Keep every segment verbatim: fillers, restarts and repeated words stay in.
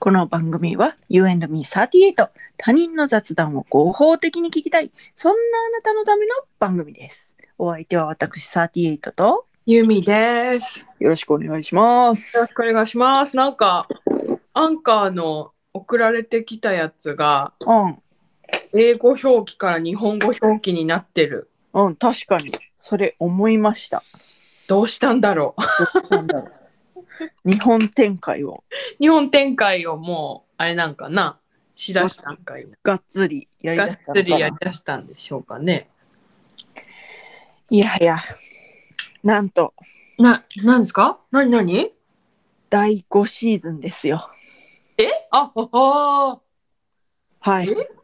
この番組は You and me さんじゅうはち 他人の雑談を合法的に聞きたい、そんなあなたのための番組です。お相手は私さんじゅうはちとゆみです。 よろしくお願いします。 よろしくお願いします。なんかアンカーの送られてきたやつが、 うん、 英語表記から日本語表記になってる。 うん、確かにそれ思いました。 どうしたんだろどうしたんだろう。日本展開をう。日本展開をもうあれなんかな、しだしたんかいな。 がっつりやりがっだしたのつりやりかな。 だしたんでしょうかね。 いやいや、なんとな、なんですか？なになに？ だいごシーズンですよ。 え？あ、ああ。 はい。 え？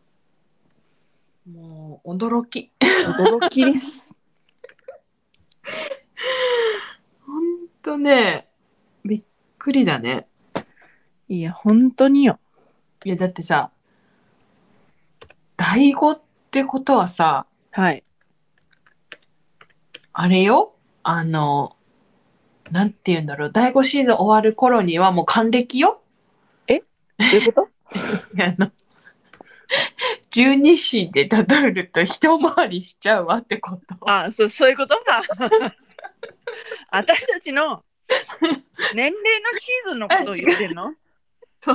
もう驚き。 驚きです。 ほんとね、びっくりだね。 いや、本当によ。 いやだってさ、だいごってことはさ、 はい。 あれよ、あの、なんて言うんだろう、だいごシーズン終わる頃にはもう還暦よ。 え、どういうこと？ いやあの、十二支で例えると一回りしちゃうわってこと。 あ、そう、そういうことか。私たちの年齢のシーズンのことを言ってんの？ そう。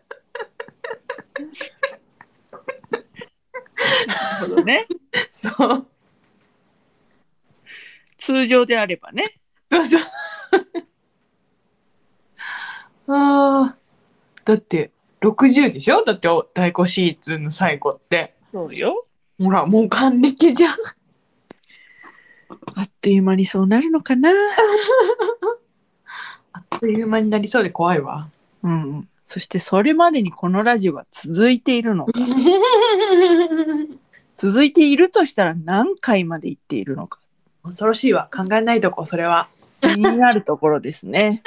なるほどね。 そう。 通常であればね。 そうそう。ああ、だってろくじゅうでしょ？だってだいごシーズンの最後って。 そうよ。 ほら、もう還暦じゃん。 あっという間にそうなるのかな。 あっという間になりそうで怖いわ。 うん。そしてそれまでにこのラジオが続いているのか。続いているとしたら何回まで行っているのか。 恐ろしいわ。考えないとこ、それは。 気になるところですね。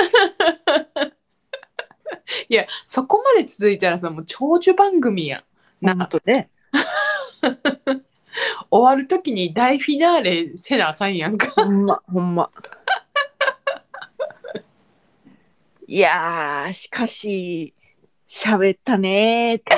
いや、そこまで続いたらさ、もう長寿番組やん。 ほんとね。 終わるときに大フィナーレせなあかんやんか。 ほんま、ほんま。いやー、しかし、喋ったねーって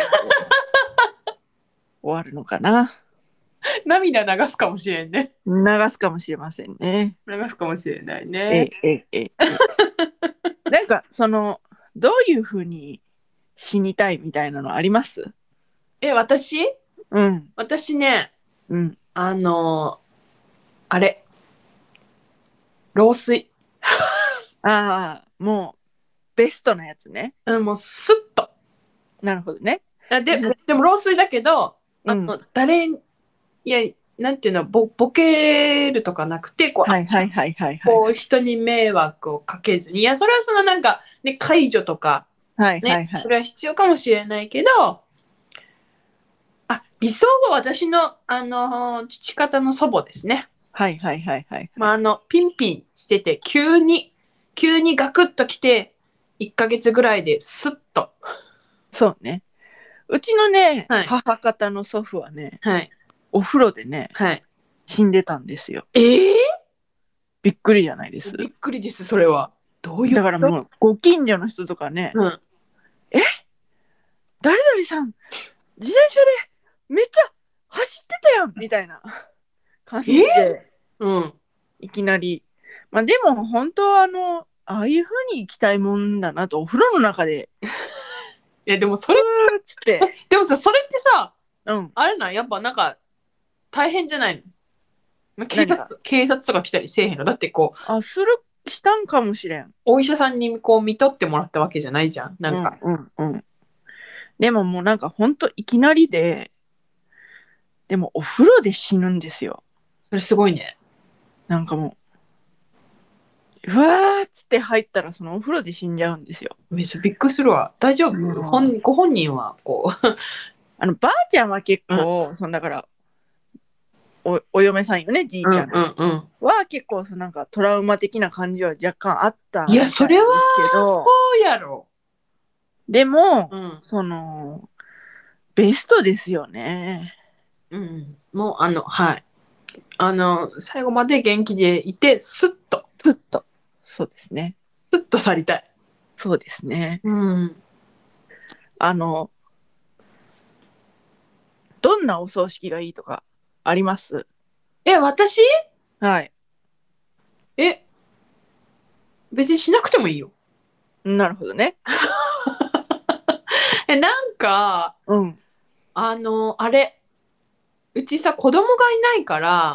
終わるのかな。 涙流すかもしれんね。 流すかもしれませんね。 流すかもしれないえね。 ええええなんかそのどういうふうに死にたいみたいなのあります？ え、私うん私ね、 うんあのあれ、老衰。 ああもうベストなやつね。 うん、もうスッと。 なるほどね。 あで、でも老衰だけど、 うんあの、誰、いや、なんていうの、ボ、ボケるとかなくて、こう、 はいはいはいはいはいこう人に迷惑をかけずに、いや、それはそのなんか、ね、介助とか、 はいはいね、 はいそれは必要かもしれないけど、あ、理想は私の、あの、父方の祖母ですね。 はいはいはいはいまあ、あの、ピンピンしてて、急に、急にガクッと来て、いっかげつぐらいでスッと。 そうね。うちのね、 はい。 母方の祖父はね、 はい。 お風呂でねはい。 死んでたんですよ。 ええびっくりじゃないです？ ー、びっくりです、それは。どういうだからもうご近所の人とかね、 うん。 え誰々さん自転車でめっちゃ走ってたやんみたいな感じでうん。 いきなり、まあでも本当はあのああいう風に行きたいもんだなと、お風呂の中でいや、でもそれ、 うーっつってでもさ、それってさ、 うんあれなん、やっぱなんか、大変じゃないの？まあ警何が察、警察とか来たりせえへんの？だってこう、 あするしたんかもしれん。 お医者さんにこう見とってもらったわけじゃないじゃん。なんか。 うんうんうん。でももうなんか本当いきなりで、でもお風呂で死ぬんですよ。 それすごいね。 なんかもううわーっつって入ったらそのお風呂で死んじゃうんですよ。 めっちゃびっくりするわ。大丈夫？ うん本ご本人はこう。 あのばあちゃんは結構、そのだからおお嫁さんよね、じいちゃんうんうんうん。 は結構そのなんかトラウマ的な感じは若干あったいや、それはですけど、 そうやろ。 でも、 うん。 そのベストですよね。 うん。もう、あの、はい。あの、最後まで元気でいて、スッと、 ずっとそうですね。 スッと去りたい。 そうですね。 うん。 あの、どんなお葬式がいいとかあります？ え、私はい。 え、別にしなくてもいいよ。 なるほどね。 え、なんか、 うん。 あの、あれ、うちさ、子供がいないから、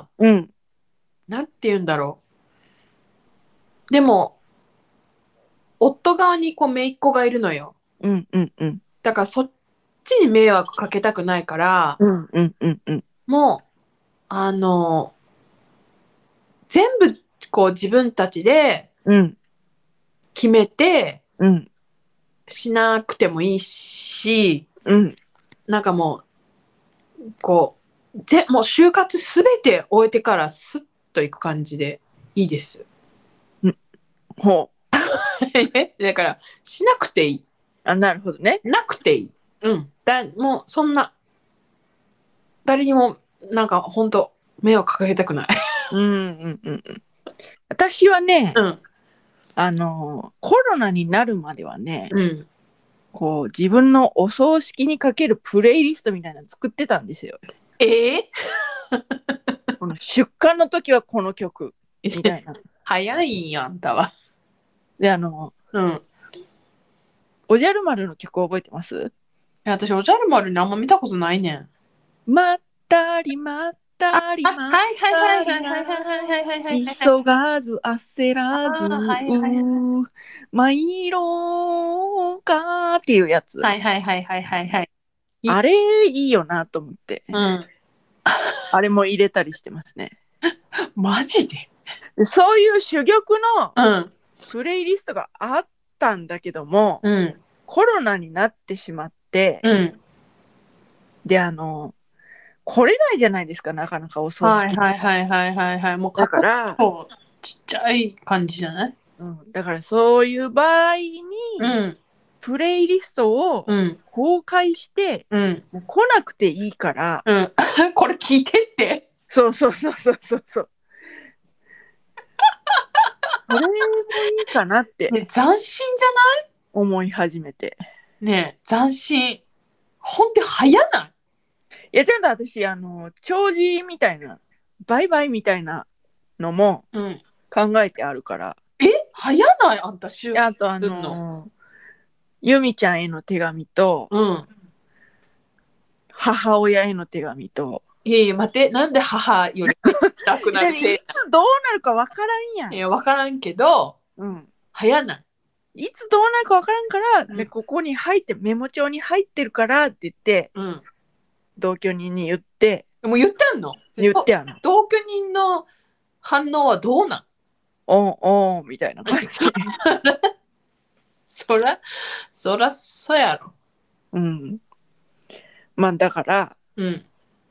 うん。 なんて言うんだろう。でも、夫側にこう、姪っ子がいるのよ。 うんうんうん。 だからそっちに迷惑かけたくないから、 うんうんうんうん。 もう、あの、全部こう自分たちでうん。 決めてうん。 しなくてもいいし、 うん。 なんかもう、こう、ぜもう就活すべて終えてからスッといく感じでいいです。 ほう。 だから、しなくていい。 あ、なるほどね。 なくていい。うん。だ、もうそんな、誰にも、なんか本当迷惑かけたくない。 うんうんうんうん。私はね、 うん。 あの、コロナになるまではね、 うん。 こう、自分のお葬式にかけるプレイリストみたいなの作ってたんですよ。 えこの出荷の時はこの曲、みたー、 いな。 早いんや、あんたは。 で、あの、 うん。 おじゃる丸の曲覚えてます？ や私、おじゃる丸にあんま見たことないねん。 まったりまっあ、 たりあ、 まっはいはいはたりいはいはいはいはいはいはいはいはい。 急がず焦らずああ、はいはいはい。 参ろうかっていうやつ。 はいはいはいはいはいはい。い、 あれいいよなと思って。 うん。 あれも入れたりしてますね。 マジで？ でそういう珠玉のうん。 プレイリストがあったんだけども、 うん。 コロナになってしまって、 うん。 で、あの、来れないじゃないですか、なかなかお葬式。 はいはいはいはいはいはい。もうだ片っから、 ぽちっちゃい感じじゃない？ うん、だからそういう場合に、 うん。 プレイリストをうん。 公開して、 うん。 もう来なくていいから、 うん。これ聞いてって。 そうそうそうそうそうそう、それもいいかなってね、斬新じゃ思い始めて。 ないね？斬新。ほんと早ない？ いや、ちゃんと私、あの、弔辞みたいな、バイバイみたいなのもうん。 考えてあるから。 え、早ない？あんた就活あと、あすんの？ の、ゆみちゃんへの手紙と、 うん。 母親への手紙と、 いやいや、待って、なんで母よりしたくなるでいて？ つどうなるかわからんやん。 いや、わからんけど、 うん。 早ない？ いつどうなるかわからんから、で、 うん。 ここに入って、メモ帳に入ってるからって言って、 うん。 同居人に言って、 もう言ってんの？でと言ってあの、 同居人の反応はどうなん？ おんおんみたいな感じ。 そら、そらそうやろ。 うん。まあだから、 うん。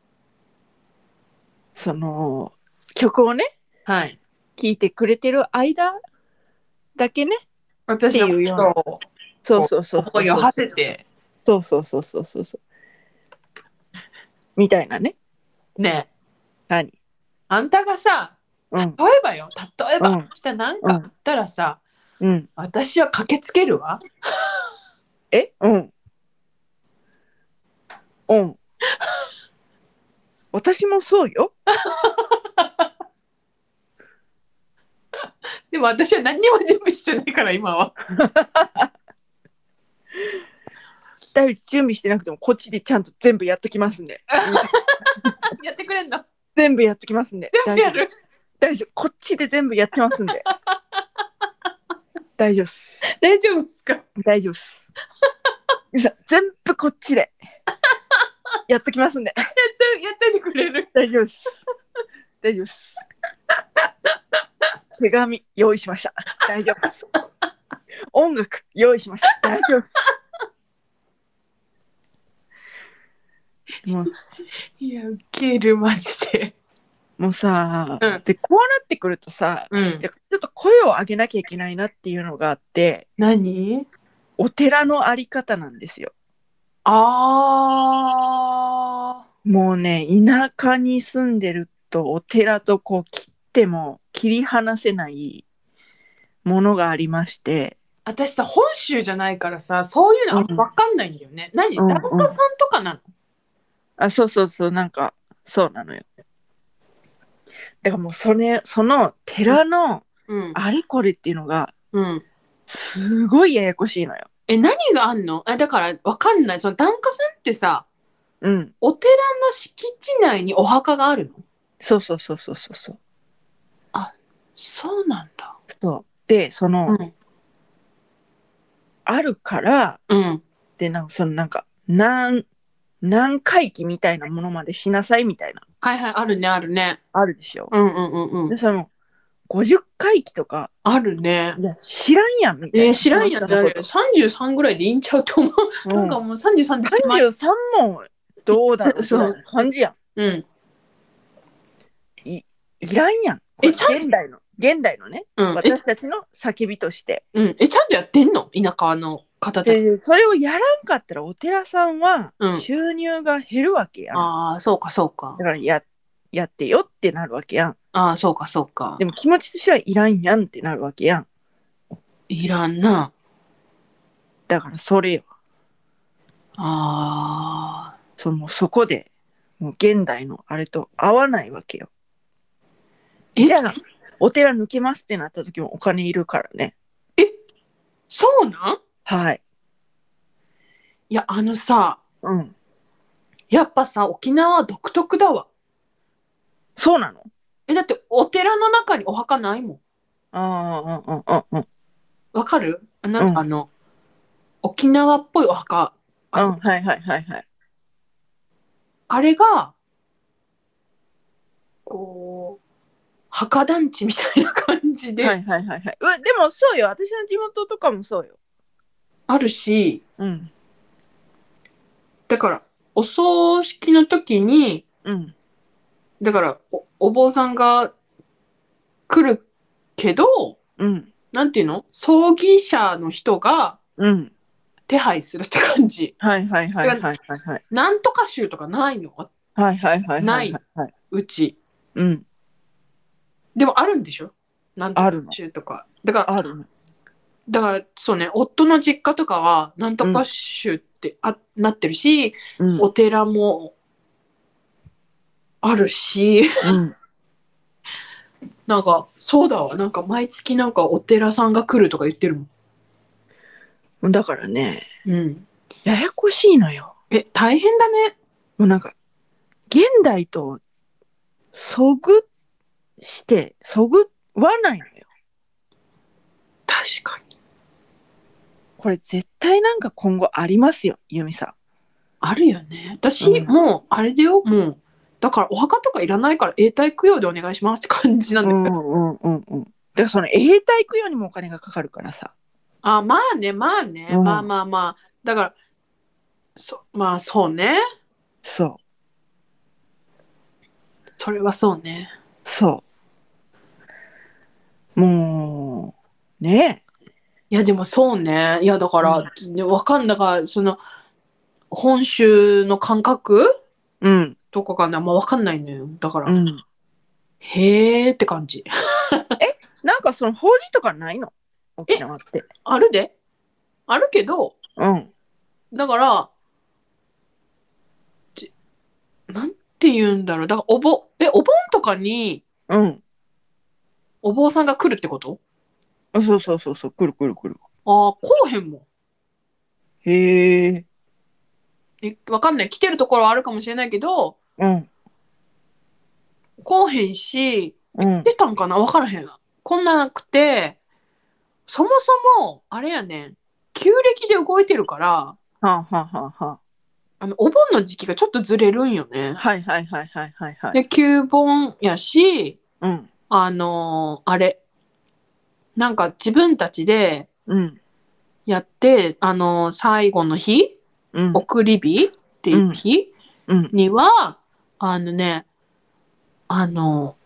その、曲をね、 はい。 聴いてくれてる間だけね、って私のこいうような。 とをこうそうそうそうそ思いを馳うそうそう。 せて、 そうそうそうそうそうそう。みたいなね。 ね、 何？ あんたがさ、例うん。 えばよ、例えば、 うん。 明日なんうん。 かあったらさ、 うん。 私は駆けつけるわ。 えうん。うん。私もそうよ。 でも私は何にも準備してないから、今は。 だいぶ準備してなくても、こっちでちゃんと全部やっときますんで。 やってくれんの？ 全部やっときますんで。 全部やる？ 大丈夫です。大丈夫。こっちで全部やってますんで。大丈夫です。 大丈夫ですか？やっ大丈夫です。全部こっちでやっときますんで。 と、やっといてくれる？ 大丈夫です。大丈夫です。手紙用意しました。大丈夫です。音楽用意しました。大丈夫です。もう、 いや、ウケる、マジで。 もうさ、 うん。 で、こうなってくるとさ、 うん。 ちょっと声を上げなきゃいけないなっていうのがあって、 何？ お寺のあり方なんですよ。 あもうね、田舎に住んでるとお寺とこう切っても切り離せないものがありまして、 私さ、本州じゃないからさ、そういうのあんま分かんないんだよね。何、 うん檀家さんとかなの？ あ、そうそうそう、なんか、そうなのよ。だからもうそれ、その寺のうん。 あれこれっていうのが、 うん。 すごいややこしいのよ。 え、何があんの？あ、だから分かんない。その檀家さんってさ、 うん。 お寺の敷地内にお墓があるの？ そうそうそうそうそうそう。 あ、そうなんだ。 そう。で、その、 うん。 あるから、 うん。 で、なんか、そのなんか、何、何回忌みたいなものまでしなさいみたいな、 はいはい、あるね、あるね。 あるでしょ。 うんうんうんうで、 ん。 その、ごじゅっかい忌とか、 あるね。 いや、知らんやんみたいえー、 な、その知らんや人のこと。 つあるよ。さんじゅうさんぐらいでいいんちゃうと思う。 うなんかん。 もうさんじゅうさんで狭い。 さんじゅうさんもどうだろうぐそう。 らいの感じやん。 うん。 い、いらんやん。こえ、 れ、 ちゃん、 現代の、現代のね、 うん。え、 私たちの叫びとして。 うん。え、ちゃんとやってんの？田舎の方たち。 で、それをやらんかったら、お寺さんはうん。 収入が減るわけやん。 ああ、そうか、そうか。 だからや、やってよってなるわけやん。 ああ、そうか、そうか。 でも気持ちとしてはいらんやんってなるわけやん。 いらんな。 だからそれよ。 ああ。 そのそこで、もう現代のあれと合わないわけよ。 え、 じゃあ、お寺抜けますってなった時もお金いるからね。 そうなん？ はい。 いや、あのさ、 うん。 やっぱさ、沖縄は独特だわ。 そうなの？ え、だってお寺の中にお墓ないもん。 ああ、うんうんうんわかる？なうん。 んかあの、沖縄っぽいお墓ある。 うん、はいはいはいはい。 あれが、こう、墓団地みたいな感じではいはいはいはい。うわ、でもそうよ。私の地元とかもそうよ。 あるし、 うん。 だから、お葬式の時に、 うん。 だからお、お坊さんが来るけど、 うん。 なんていうの？葬儀者の人がうん。 手配するって感じ。 はいはいはいだから、 はいはいはい。 なんとか州とかないの？ はいはいはいはいはいない、 はい。 うち。 うん。 でもあるんでしょ？なんとかあるの。 州とか。だから、 あるの。 だからそうね、夫の実家とかは、なんとうん。 か州ってあなってるし、 うん。 お寺もあるし、 うん。 なんか、そうだわ。なんか、毎月なんかお寺さんが来るとか言ってるもん。 だからね、 うん。 ややこしいのよ。 え、大変だね。 もうなんか、現代とそぐして、そぐわないのよ。 確かに。 これ絶対なんか今後ありますよ、ユミさあるよね。 ん。う私、 ん。 もう、あれだよ。もう、だからお墓とかいらないから永代供養でお願いしますって感じなんうだよ。 んうんうんうん。だからその永代供養にもお金がかかるからさ。 あ、まあね、まあね。 うん。 まあまあまあ。だから、そ、まあそうね。 そう。 それはそうね。 そう。もう、ねいや、でもそうね。いや、だかえ。うら、 ん。 ねわかんだから、その、本州の感覚うん。 とかがね、あんまわかんないのよ。だから、 うん。 へーって感じ。 え、なんかその法事とかないの？沖え、 縄って。 あるであるけど、 うん。 だから、ちなんて言うんだろう。だから、おぼ、え、お盆とかにうん。 お坊さんが来るってこと？ あ、そうそうそうそう。くるくるくる。 ああ、来おへんもん。 へえ。 え、わかんない。来てるところはあるかもしれないけど、 うん。 来おへんし、 うん。 出たんかなわからへん。来なくて、そもそも、あれやねん。旧暦で動いてるから、 はあはあはあはあの、お盆の時期がちょっとずれるんよあ。 ね。 はいはいはいはいはいはい。 で、旧盆やし、 うん。 あのーあれ、なんか自分たちでうん。 やって、あのー最後の日、 うん。 送り火ってうん。 いう日うん。 には、あのね、あの、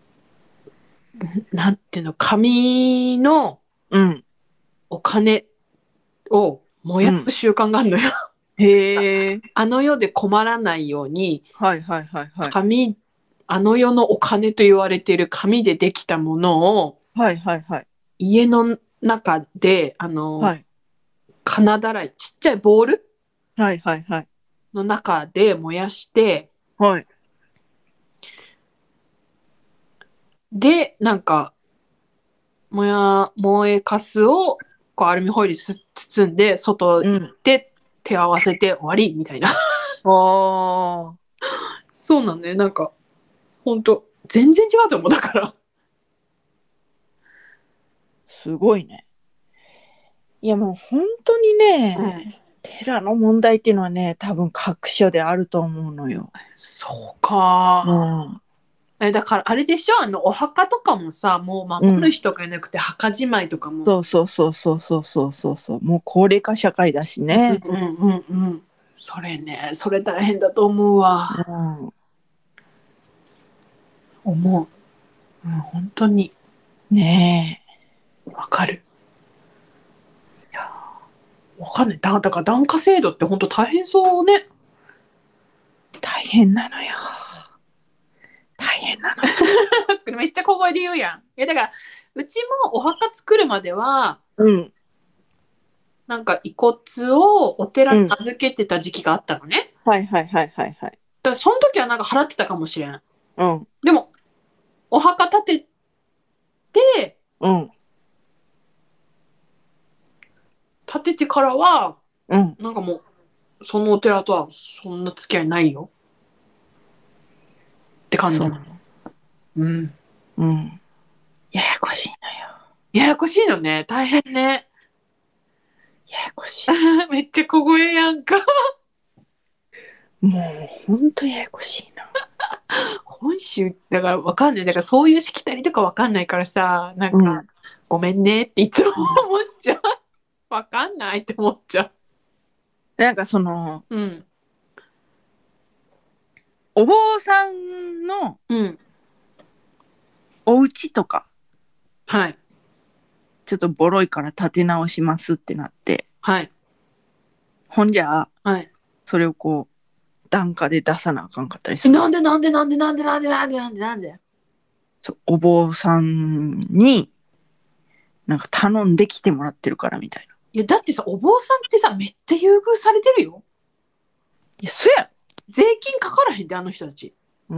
なんていうの、紙のうん。 お金を燃やすうん。 習慣があるのよ。 へえ。 あの世で困らないように、 はいはいはいはい。 紙、あの世のお金と言われている紙でできたものを、 はいはいはい。 家の中で、あの、 はい。 金だらい、ちっちゃいボールはいはいはい。 の中で燃やして、 はい。 で、なんか、燃や、燃えかすを、こう、アルミホイルす包んで、外行っうん。 て、手を合わせて終わり、みたいな。 ああ、 そうなんね。なんか、ほんと、全然違うと思う。だから。 すごいね。いやもう本当にうね、 ん。 寺の問題っていうのはね、多分各所であると思うのよ。 そうか。 うん。 え、だからあれでしょ、あの、お墓とかもさ、もううん。 守る人がいなくて、墓じまいとかも。 そうそうそうそうそうそうそうそう。もう高齢化社会だしね。 うんうんうんうん。それね、それ大変だと思うわ。 うん。 思う。うん、本当にねわかる。いや、わかんない。だ、だから檀家制度って本当大変そうね。 え、大変なのよ。大変なの。 めっちゃ小声で言うやん。いや、だから、うちもお墓作るまでは、 うん。 なんか遺骨をお寺にうん。 預けてた時期があったのね。 はいはいはいはいはい。 だからその時はなんか払ってたかもしれん。 うん。 でも、お墓建てて、 うん。 建ててからは、 うん。 なんかもう、そのお寺とはそんな付き合いないよって感じ。 そう。 うん。 うん。ややこしいのよ。 ややこしいのね。大変ね。 ややこしめっちゃ小声やんか。 い。もうほんとややこしいな。 本州、だからわかんない。だからそういうしきたりとかわかんないからさ、なんか、 うん。 ごめんねっていつも思っちゃう。わかんないって思っちゃなんかその、 う。うん。 お坊さんのうん。 お家とか、 はい。 ちょっとボロいから建て直しますってなって、 はい。 ほんじゃあ、 はい。 それをこう、檀家で出さなあかんかったりえ、 する。 なんでなんでなんでなんでなんでなんでなんでなんでそう、お坊さんに、なんか頼んできてもらってるからみたいな。 いや、だってさ、お坊さんってさ、めっちゃ優遇されてるよ。 いや、そや。 税金かからへんで、あの人たち。 うん。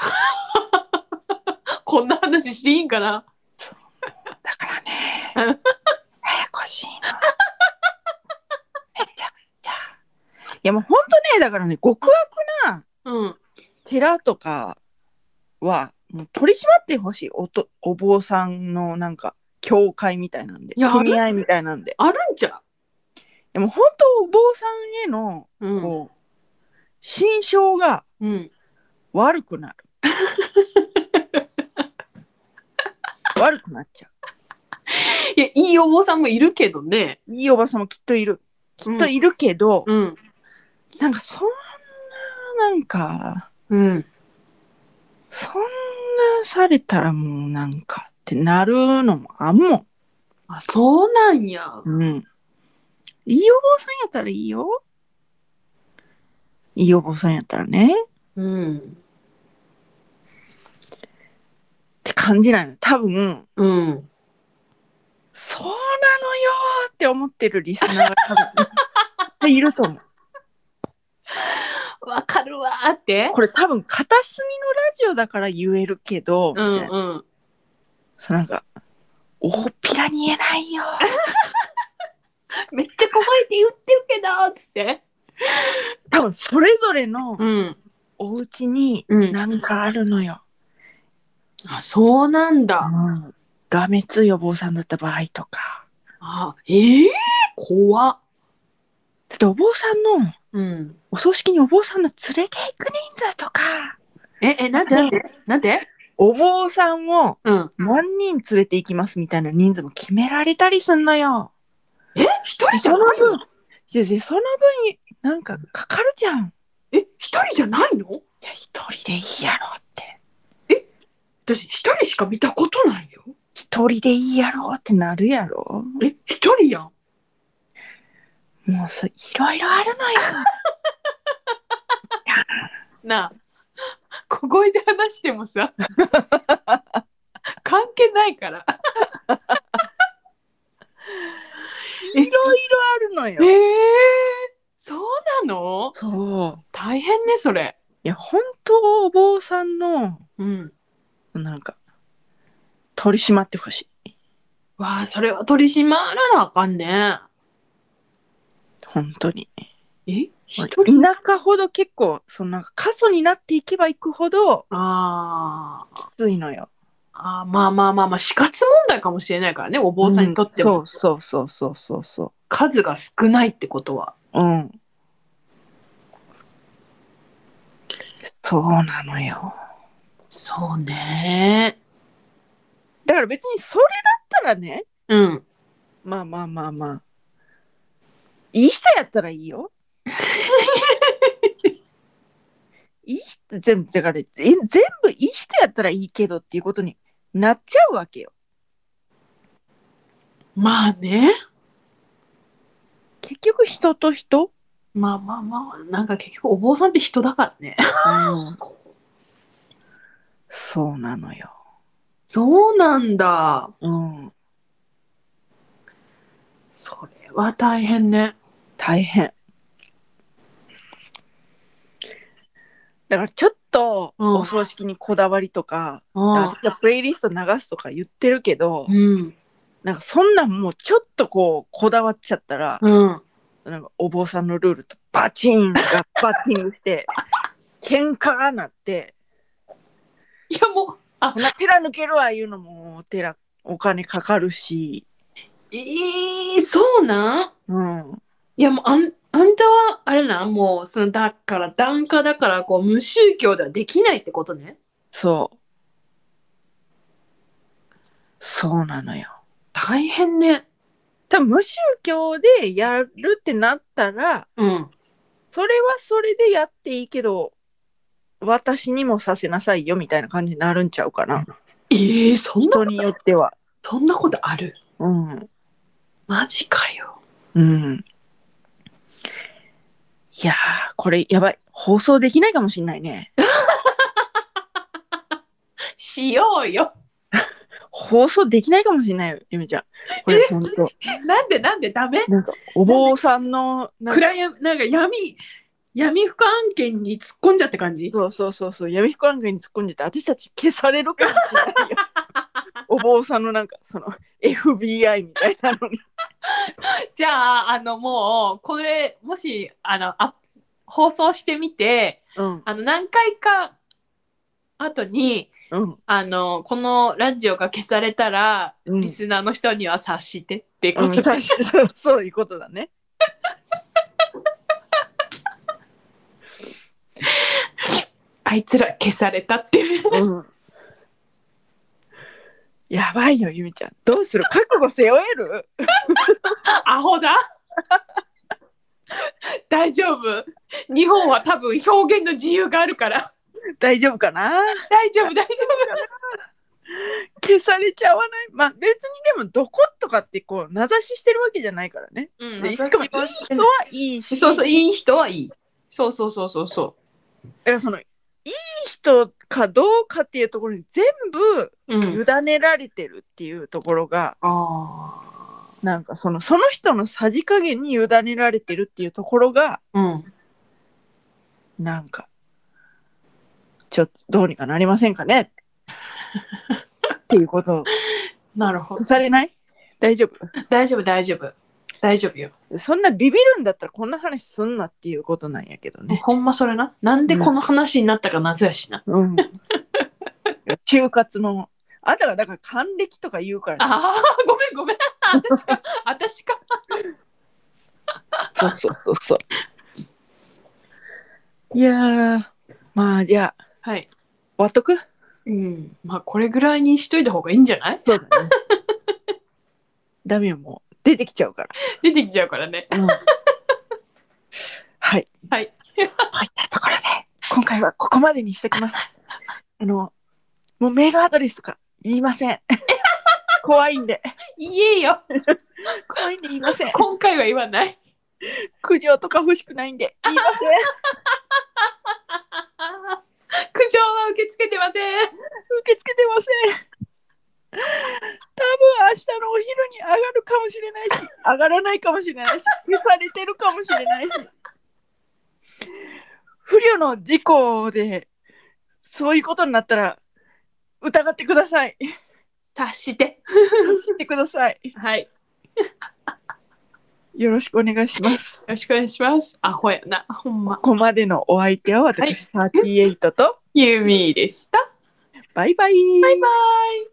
こんな話していいんかな。 だからね、 うん。 ややこしいの。めちゃくちゃ。いやもうほんとね、だからね、極悪なうん。 寺とかは、もう取り締まってほしい。おと、お坊さんのなんか、教会みたいなんで、 いや、ある、 組合みたいなんで。 あるんちゃでも本当お坊さんへの、 う。うん。 こう、心象がうん。 悪くなる。悪くなっちゃいや、いいお坊さんもいるけどね。 う。いいおばさんもきっといる。きっうん。 といるけど、 うん。 なんかそんな、なんか、 うん。 そんなされたらもうなんかってなるのもあんもん。 あ、そうなんや。 うん。いいお坊さんやったらいいよ。いいお坊さんやったらね。 うん。 って感じなの。多分、 うん。 そうなのよーって思ってるリスナーが多分いっぱいいると思う。 わかるわーって。 これ多分片隅のラジオだから言えるけど、 うみたいな。 んうん。 そうなんか、大っぴらに言えないよ。 めっちゃ小声で言ってるけどーっつって。 多分それぞれのうん。 お家にうん。 なんかあるのよ。 あ、そうなんうだ。 ん。がめついお坊さんだった場合とか。 あ、ええー、怖っ。 だってお坊さんの、 うん。 お葬式にお坊さんの連れて行く人数とか、 え、え、なんでなんでなんでお坊さんをうん。 何人連れて行きますみたいな人数も決められたりすんのよ。 え、一人じゃそのないの分、いやいやその分、なんかかかるじゃん。 え、一人じゃないのいや、一人でいいやろって。 え、私一人しか見たことないよ。 一人でいいやろってなるやろ。 え、一人やん。 もうそ、いろいろあるのよ。 なあ、小声で話してもさ、 関係ないから。 いろいろあるのよ。 えー、そうなの？ そう。 大変ね、それ。 いや、本当お坊さんの、 うん。 なんか、取り締まってほしい。 わあ、それは取り締まらなあかんね。 本当に。 え一田人？ 舎ほど結構、そのなんか過疎になっていけばいくほど、 あきついのよ。 あ、まあまあまあまあ、死活問題かもしれないからね、お坊さんにとっても。 うん、そうそうそうそうそ数が少ないってことは。 う。うん。そうなのよ。 そうね。 だから別にそれだったらね、 うん。 まあまあまあまあ、いい人やったらいいよ。いい人、全部、だから全部いい人やったらいいけどっていうことになっちゃうわけよ。 まあね。 結局人と人。 まあまあまあ、なんか結局お坊さんって人だからね。 うん。そうなのよ。 そうなんだ。 うん。 それは大変ね。 大変。だからちょっとうんお葬式にこだわりとか、 うん。 私はプレイリスト流すとか言ってるけど、 うん。 なんかそんなんもうちょっとこうこだわっちゃったら、 うん。 なんかお坊さんのルールとバチンがバッティングして喧嘩がなって、 いやもう、あ、 こんな寺抜けるわいうのも寺お金かかるし、 えー、そうなん？ うん、 いやもうあん、あんたはあれな、もうそのだから檀家だからこう無宗教ではできないってことね。 そうそうなのよ。 大変ね。 多分無宗教でやるってなったら、 うん。 それはそれでやっていいけど、私にもさせなさいよみたいな感じになるんちゃうかな。 えー、そんな人によっては。 そんなことある？ うん。 マジかよ。 うん。いやー、これやばい。放送できないかもしんないね。 しようよ。 放送できないかもしんないよ、ゆめちゃん。これほんと。 なんでなんでダメ？ なんか、お坊さんの、なんか暗闇、なんか闇、闇深案件に突っ込んじゃって感じ？ そうそうそうそう、闇深案件に突っ込んでて、私たち消されるかもしれないよ。お坊さんのなんか、その、エフビーアイ みたいなのに。 じゃあ、あのもう、これ、もし、あの、あ放送してみて、 うん。 あの、何回か後に、 うん。 あの、このラジオが消されたら、 うんリスナーの人には察してってこうん、 とで、 さそうそういうことだね。 あいつら消されたっていう。 うん。やばいよ、ゆみちゃん。どうする？覚悟背負える？ アホだ。大丈夫。日本は多分表現の自由があるから。 大丈夫かな？ 大丈夫、大丈消されちゃわない。まあ別にでもどことかってこう名指ししてるわけじゃないからね。 夫。うん、 でしかもいい人はいいし、 そうそう、いい人はいい。そうそうそうそうそだからそのいい人かどうかっていうところに全部う。うん。 委ねられてるっていうところが、 あなんかそのその人のさじ加減に委ねられてるっていうところが、 あ。うん。 なんかちょっとどうにかなりませんかねっていうことをなるほど。 されない？大丈夫？ 大丈夫、大丈夫。大丈夫よ。 そんなビビるんだったらこんな話すんなっていうことなんやけどね。 ほんまそれな。なんでこの話になったか謎やしな。 うん。就活の。あんたがだから還暦とか言うから、ね、 ああ、ごめんごめん。私か。私か。 そうそうそうそう。いやー、まあじゃあ、 はい。 終わっとく？ うん。まあこれぐらいにしといた方がいいんじゃない？ そうだね。ダメよ、もう出てきちゃうから。 出てきちゃうからね。 うん、はい。 はい。 といったところで、今回はここまでにしときます。あの、もうメールアドレスとか言いません。怖いんで。 言えよ。 怖いんで言いません。 今回は言わない。 苦情とか欲しくないんで言いません。 苦情は受け付けてません。 受け付けてません。 明日のお昼に上がるかもしれないし、上がらないかもしれないし、消されてるかもしれないし。不慮の事故でそういうことになったら疑ってください。 察して察してください。 はい、 よろしくお願いします。 よろしくお願いします。アホやな、ほんま。 ここまでのお相手は私、はい、サーティーエイトとユーミーでした。 バイバイ。 バイバイ。